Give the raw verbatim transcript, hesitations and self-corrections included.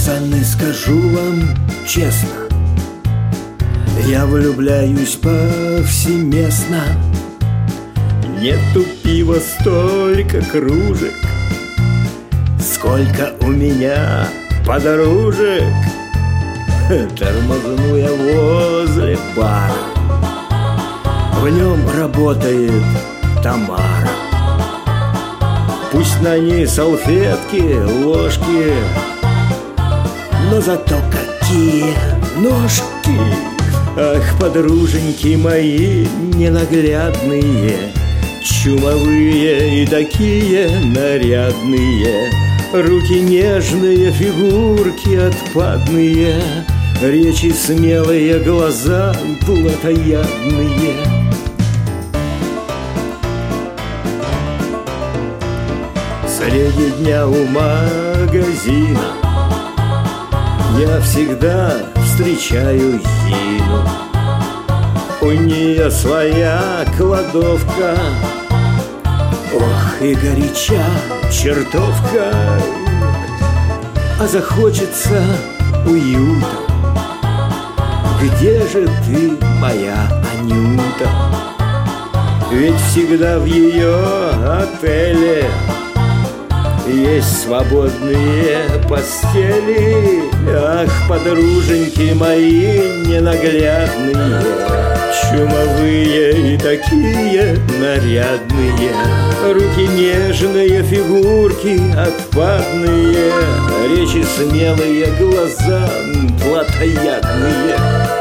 Пацаны, скажу вам честно, я влюбляюсь повсеместно. Нету пива столько кружек, сколько у меня подружек. Тормозну я возле бара, в нем работает Тамара. Пусть на ней салфетки, ложки, но зато какие ножки! Ах, подруженьки мои ненаглядные, чумовые и такие нарядные, руки нежные, фигурки отпадные, речи смелые, глаза плотоядные. Среди дня у магазина я всегда встречаю Зину. У нее своя кладовка, ох, и горяча чертовка. А захочется уюта, где же ты, моя Анюта? Ведь всегда в ее отеле есть свободные постели. Ах, подруженьки мои ненаглядные, чумовые и такие нарядные, руки нежные, фигурки отпадные, речи смелые, глаза плотоядные.